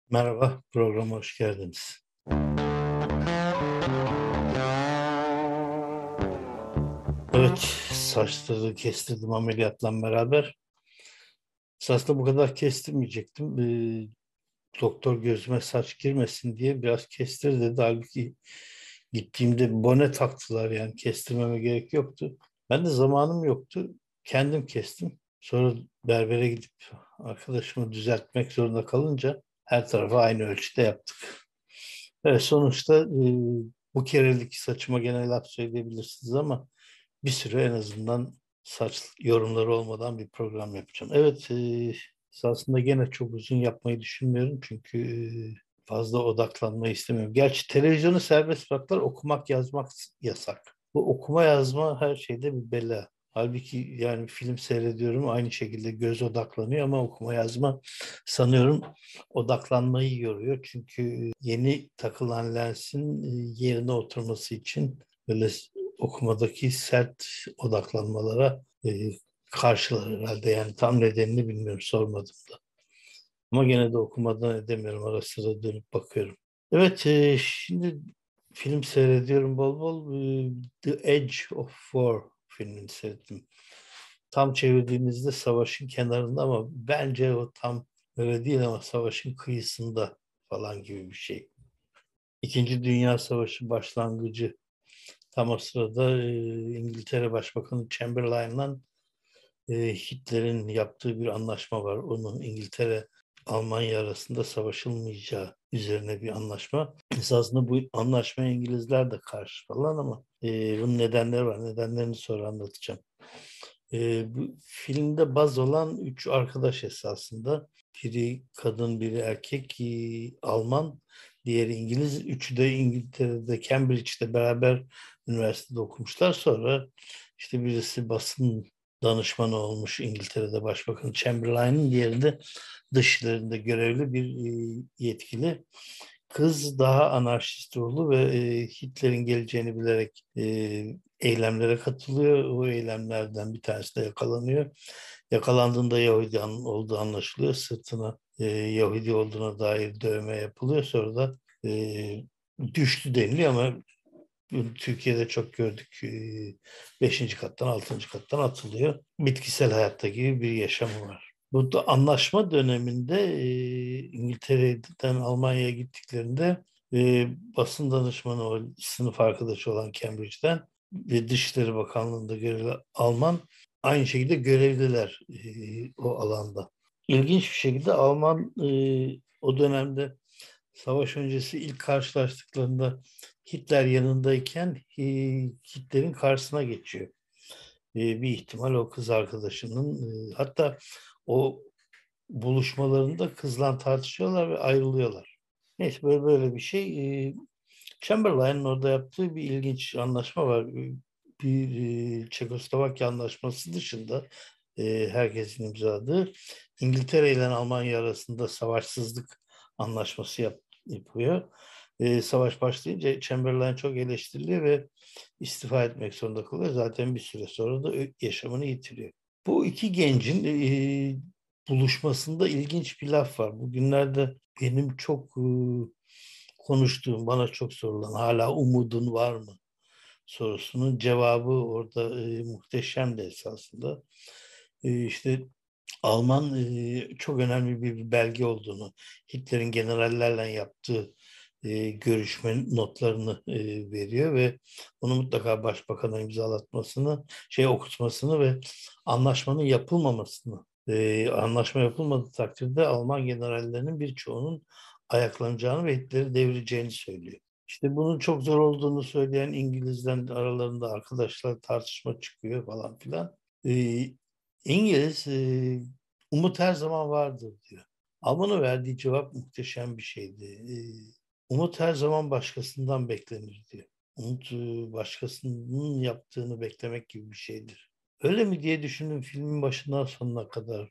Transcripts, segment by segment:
Merhaba, programa hoş geldiniz. Evet, saçları kestirdim ameliyatla beraber. Aslında bu kadar kestirmeyecektim. Doktor gözüme saç girmesin diye biraz kestir dedi. Halbuki gittiğimde bone taktılar, yani kestirmeme gerek yoktu. Ben de zamanım yoktu. Kendim kestim. Sonra berbere gidip arkadaşımı düzeltmek zorunda kalınca her tarafı aynı ölçüde yaptık. Evet, sonuçta bu kerelik saçıma gene laf söyleyebilirsiniz ama bir süre en azından saç yorumları olmadan bir program yapacağım. Evet, aslında gene çok uzun yapmayı düşünmüyorum çünkü fazla odaklanmayı istemiyorum. Gerçi televizyonu serbest bıraktılar, okumak yazmak yasak. Bu okuma yazma her şeyde bir bela. Halbuki yani film seyrediyorum, aynı şekilde göz odaklanıyor ama okuma yazma sanıyorum odaklanmayı yoruyor. Çünkü yeni takılan lensin yerine oturması için böyle okumadaki sert odaklanmalara karşılar herhalde. Yani tam nedenini bilmiyorum, sormadım da. Ama gene de okumadan edemiyorum. Ara sıra dönüp bakıyorum. Evet, şimdi film seyrediyorum bol bol. The Edge of War filmini seyrettim. Tam çevirdiğimizde savaşın kenarında ama bence o tam öyle değil, ama savaşın kıyısında falan gibi bir şey. İkinci Dünya Savaşı başlangıcı. Tam o sırada İngiltere Başbakanı Chamberlain'la Hitler'in yaptığı bir anlaşma var. Onun İngiltere Almanya arasında savaşılmayacağı üzerine bir anlaşma. Esasında bu anlaşmaya İngilizler de karşı falan ama bunun nedenleri var. Nedenlerini sonra anlatacağım. Bu filmde baz olan üç arkadaş esasında. Biri kadın, biri erkek, Alman, diğeri İngiliz. Üçü de İngiltere'de, Cambridge'de beraber üniversitede okumuşlar. Sonra işte birisi basın danışmanı olmuş İngiltere'de Başbakan Chamberlain'in, diğeri de dışişlerinde görevli bir yetkili. Kız daha anarşist ruhlu ve Hitler'in geleceğini bilerek eylemlere katılıyor. O eylemlerden bir tanesi de yakalanıyor. Yakalandığında Yahudi olduğu anlaşılıyor. Sırtına Yahudi olduğuna dair dövme yapılıyor. Sonra da düştü deniliyor ama Türkiye'de çok gördük. Beşinci kattan, altıncı kattan atılıyor. Bitkisel hayatta gibi bir yaşamı var. Bu da anlaşma döneminde İngiltere'den Almanya'ya gittiklerinde basın danışmanı, o sınıf arkadaşı olan Cambridge'den ve Dışişleri Bakanlığı'nda görevli Alman aynı şekilde görevliler o alanda. İlginç bir şekilde Alman o dönemde savaş öncesi ilk karşılaştıklarında Hitler yanındayken Hitler'in karşısına geçiyor. Bir ihtimal o kız arkadaşının, hatta o buluşmalarında kızla tartışıyorlar ve ayrılıyorlar. Neyse, böyle bir şey. Chamberlain'in orada yaptığı bir ilginç anlaşma var. Bir Çekoslovakya anlaşması dışında herkesin imzaladığı İngiltere ile Almanya arasında savaşsızlık anlaşması yapıyor. Savaş başlayınca Chamberlain çok eleştiriliyor ve istifa etmek zorunda kalıyor. Zaten bir süre sonra da yaşamını yitiriyor. Bu iki gencin buluşmasında ilginç bir laf var. Bugünlerde benim çok konuştuğum, bana çok sorulan, hala umudun var mı sorusunun cevabı orada muhteşemdi esasında. İşte Alman çok önemli bir belge olduğunu, Hitler'in generallerle yaptığı görüşme notlarını veriyor ve onu mutlaka başbakana imzalatmasını, okutmasını ve anlaşmanın yapılmamasını, anlaşma yapılmadığı takdirde Alman generallerinin birçoğunun ayaklanacağını ve Hitler'i devireceğini söylüyor. İşte bunun çok zor olduğunu söyleyen İngiliz'den aralarında arkadaşlar tartışma çıkıyor falan filan. E, İngiliz umut her zaman vardır diyor. Alman'ın verdiği cevap muhteşem bir şeydi. Umut her zaman başkasından beklenir diyor. Umut başkasının yaptığını beklemek gibi bir şeydir. Öyle mi diye düşündüm filmin başından sonuna kadar.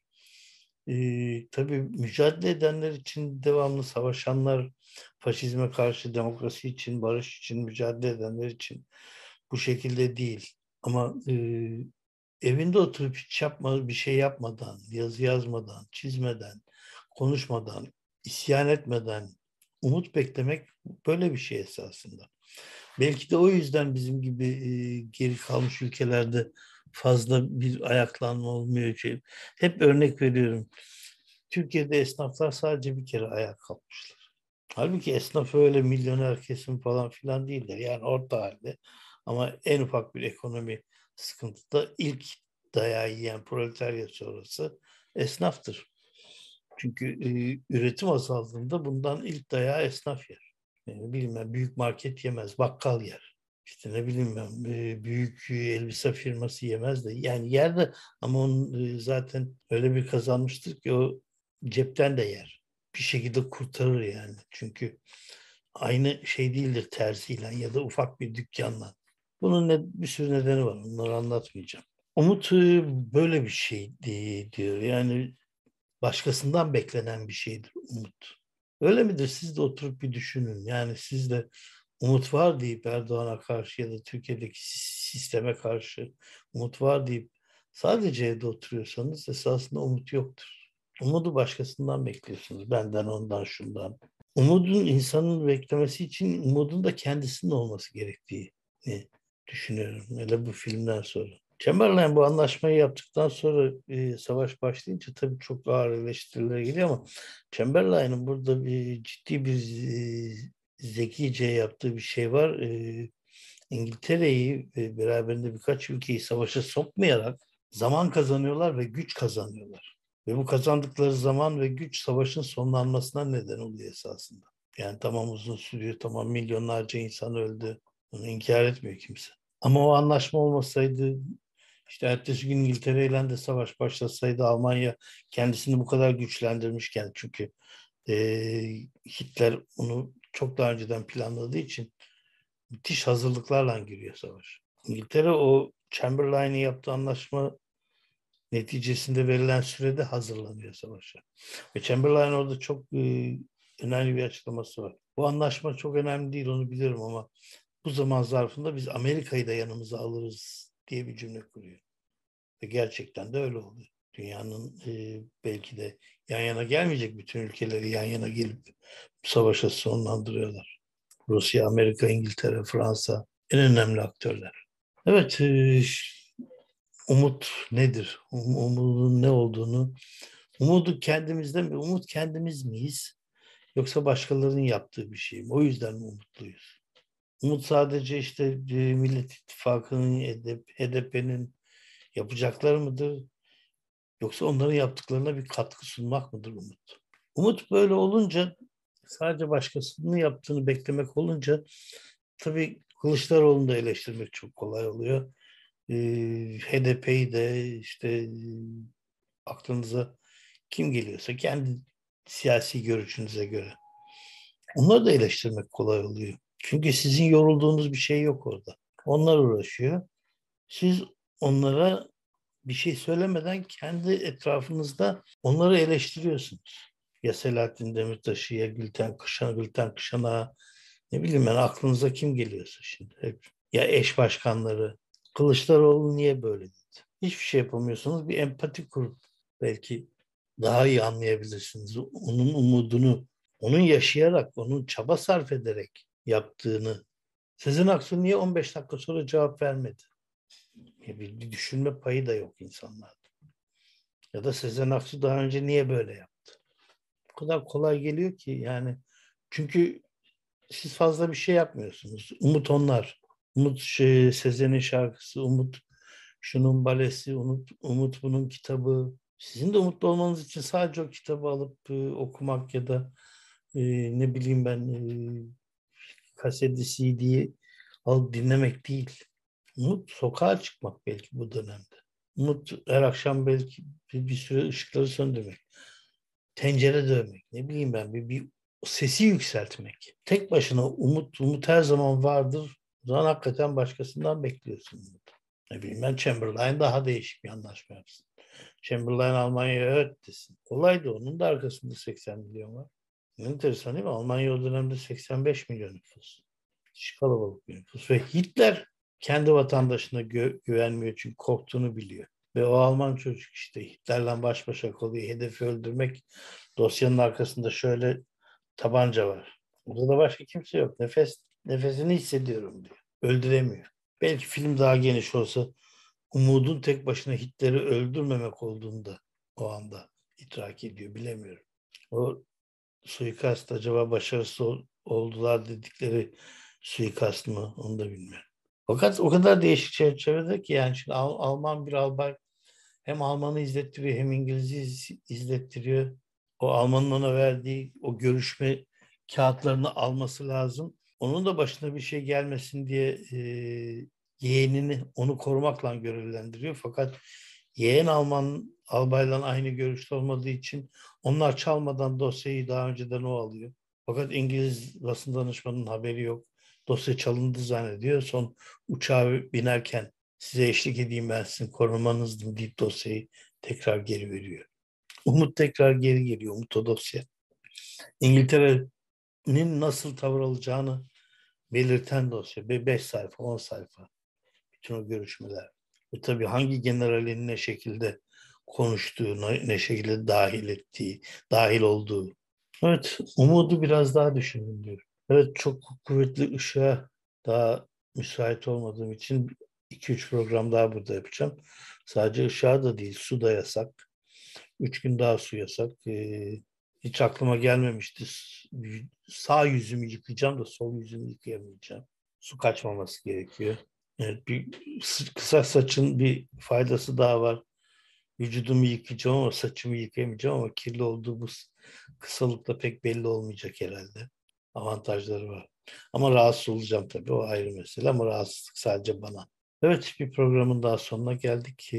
Tabii mücadele edenler için, devamlı savaşanlar, faşizme karşı, demokrasi için, barış için mücadele edenler için bu şekilde değil. Ama evinde oturup hiç bir şey yapmadan, yazı yazmadan, çizmeden, konuşmadan, isyan etmeden umut beklemek böyle bir şey esasında. Belki de o yüzden bizim gibi geri kalmış ülkelerde fazla bir ayaklanma olmuyor. Hep örnek veriyorum. Türkiye'de esnaflar sadece bir kere ayağa kalkmışlar. Halbuki esnaf öyle milyoner kesim falan filan değiller. Yani orta halde. Ama en ufak bir ekonomi sıkıntıda ilk dayağı yiyen proletarya sonrası esnaftır. Çünkü üretim azaldığında bundan ilk dayağı esnaf yer. Yani bilmem büyük market yemez, bakkal yer. İşte ne bileyim ben büyük elbise firması yemez de yani yer de ama onun zaten öyle bir kazanmıştır ki o cepten de yer. Bir şekilde kurtarır yani. Çünkü aynı şey değildir terziyle ya da ufak bir dükkanla. Bunun bir sürü nedeni var. Onları anlatmayacağım. Umut böyle bir şey diyor. Yani başkasından beklenen bir şeydir umut. Öyle midir? Siz de oturup bir düşünün. Yani siz de umut var deyip Erdoğan'a karşı ya da Türkiye'deki sisteme karşı umut var deyip sadece evde oturuyorsanız esasında umut yoktur. Umudu başkasından bekliyorsunuz. Benden, ondan, şundan. Umudun insanın beklemesi için umudun da kendisinin olması gerektiğini düşünüyorum. Hele bu filmden sonra. Chamberlain bu anlaşmayı yaptıktan sonra savaş başlayınca tabii çok ağır eleştiriler geliyor ama Chamberlain'in burada ciddi bir zekice yaptığı bir şey var. İngiltere'yi beraberinde birkaç ülkeyi savaşa sokmayarak zaman kazanıyorlar ve güç kazanıyorlar. Ve bu kazandıkları zaman ve güç savaşın sonlanmasına neden oluyor esasında. Yani tamam uzun sürüyor, tamam milyonlarca insan öldü. Bunu inkar etmiyor kimse. Ama o anlaşma olmasaydı işte ertesi gün İngiltere ile de savaş başlasaydı Almanya kendisini bu kadar güçlendirmişken çünkü Hitler onu çok daha önceden planladığı için müthiş hazırlıklarla giriyor savaş. İngiltere o Chamberlain'in yaptığı anlaşma neticesinde verilen sürede hazırlanıyor savaşa. Ve Chamberlain orada çok önemli bir açıklaması var. Bu anlaşma çok önemli değil onu bilirim ama bu zaman zarfında biz Amerika'yı da yanımıza alırız diye bir cümle kuruyor. Ve gerçekten de öyle oldu. Dünyanın belki de yan yana gelmeyecek bütün ülkeleri yan yana gelip savaşa sonlandırıyorlar. Rusya, Amerika, İngiltere, Fransa en önemli aktörler. Evet, umut nedir? Umudun ne olduğunu, umudu kendimizden mi? Umut kendimiz miyiz? Yoksa başkalarının yaptığı bir şey mi? O yüzden mi umutluyuz? Umut sadece işte Millet İttifakı'nın, HDP'nin yapacakları mıdır? Yoksa onların yaptıklarına bir katkı sunmak mıdır umut? Umut böyle olunca sadece başkasının yaptığını beklemek olunca tabii Kılıçdaroğlu'nu da eleştirmek çok kolay oluyor. HDP'yi de işte aklınıza kim geliyorsa kendi siyasi görüşünüze göre. Onları da eleştirmek kolay oluyor. Çünkü sizin yorulduğunuz bir şey yok orada. Onlar uğraşıyor. Siz onlara bir şey söylemeden kendi etrafınızda onları eleştiriyorsunuz. Ya Selahattin Demirtaş'ı ya Gülten Kışan'a ne bileyim ben aklınıza kim geliyorsa şimdi hep. Ya eş başkanları Kılıçdaroğlu niye böyle dedi? Hiçbir şey yapamıyorsunuz. Bir empati kurup belki daha iyi anlayabilirsiniz. Onun umudunu, onun yaşayarak, onun çaba sarf ederek yaptığını. Sezen Aksu niye 15 dakika sonra cevap vermedi? Bir düşünme payı da yok insanlarda. Ya da Sezen Aksu daha önce niye böyle yaptı? Bu kadar kolay geliyor ki yani. Çünkü siz fazla bir şey yapmıyorsunuz. Umut onlar. Umut Sezen'in şarkısı, Umut şunun balesi, Umut bunun kitabı. Sizin de umutlu olmanız için sadece o kitabı alıp okumak ya da e, ne bileyim ben kaseti, CD'yi alıp dinlemek değil. Umut sokağa çıkmak belki bu dönemde. Umut her akşam belki bir süre ışıkları söndürmek. Tencere dövmek. Ne bileyim ben bir sesi yükseltmek. Tek başına umut her zaman vardır. O zaman hakikaten başkasından bekliyorsun umut. Ne bileyim ben Chamberlain daha değişik bir anlaşma yapsın. Chamberlain Almanya'ya evet desin. Kolaydı onun da arkasında 80 milyon var. Enteresan değil mi? Almanya o dönemde 85 milyon nüfus. Müthiş kalabalık bir nüfus. Ve Hitler kendi vatandaşına güvenmiyor çünkü korktuğunu biliyor. Ve o Alman çocuk işte Hitler'le baş başa kalıyor. Hedefi öldürmek. Dosyanın arkasında şöyle tabanca var. Burada da başka kimse yok. Nefesini hissediyorum diyor. Öldüremiyor. Belki film daha geniş olsa umudun tek başına Hitler'i öldürmemek olduğunda o anda idrak ediyor. Bilemiyorum. O suikast acaba başarısız oldular dedikleri suikast mı onu da bilmiyorum. Fakat o kadar değişik çerçevede ki yani şimdi Alman bir albay hem Alman'ı izlettiriyor hem İngiliz'i izlettiriyor. O Alman'ın ona verdiği o görüşme kağıtlarını alması lazım. Onun da başına bir şey gelmesin diye yeğenini onu korumakla görevlendiriyor. Fakat yeğen Alman albayla aynı görüşte olmadığı için onlar çalmadan dosyayı daha önceden o alıyor. Fakat İngiliz basın danışmanının haberi yok. Dosya çalındı zannediyor. Son uçağa binerken size eşlik edeyim ben sizin korumanızdım deyip dosyayı tekrar geri veriyor. Umut tekrar geri geliyor. Umut o dosya. İngiltere'nin nasıl tavır alacağını belirten dosya. 5 sayfa, 10 sayfa. Bütün o görüşmeler. Ve tabii hangi generalin ne şekilde konuştuğu, ne şekilde dahil ettiği, dahil olduğu. Evet, umudu biraz daha düşünün diyorum. Evet, çok kuvvetli ışığa daha müsait olmadığım için 2-3 program daha burada yapacağım. Sadece ışığa da değil, su da yasak. 3 gün daha su yasak. Hiç aklıma gelmemişti. Sağ yüzümü yıkayacağım da sol yüzümü yıkayamayacağım. Su kaçmaması gerekiyor. Evet, bir kısa saçın bir faydası daha var. Vücudumu yıkayacağım ama saçımı yıkayamayacağım ama kirli olduğu bu kısalıkla pek belli olmayacak herhalde. Avantajları var. Ama rahatsız olacağım tabii o ayrı mesele ama rahatsızlık sadece bana. Evet bir programın daha sonuna geldik.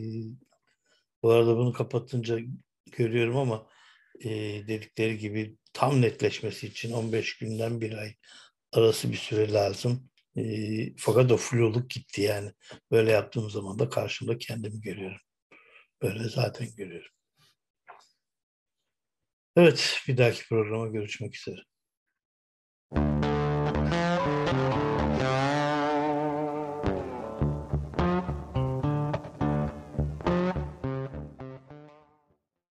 Bu arada bunu kapatınca görüyorum ama dedikleri gibi tam netleşmesi için 15 günden bir ay arası bir süre lazım. Fakat o fluluk gitti yani. Böyle yaptığım zaman da karşımda kendimi görüyorum. Böyle zaten görüyorum. Evet, bir dahaki programa görüşmek üzere.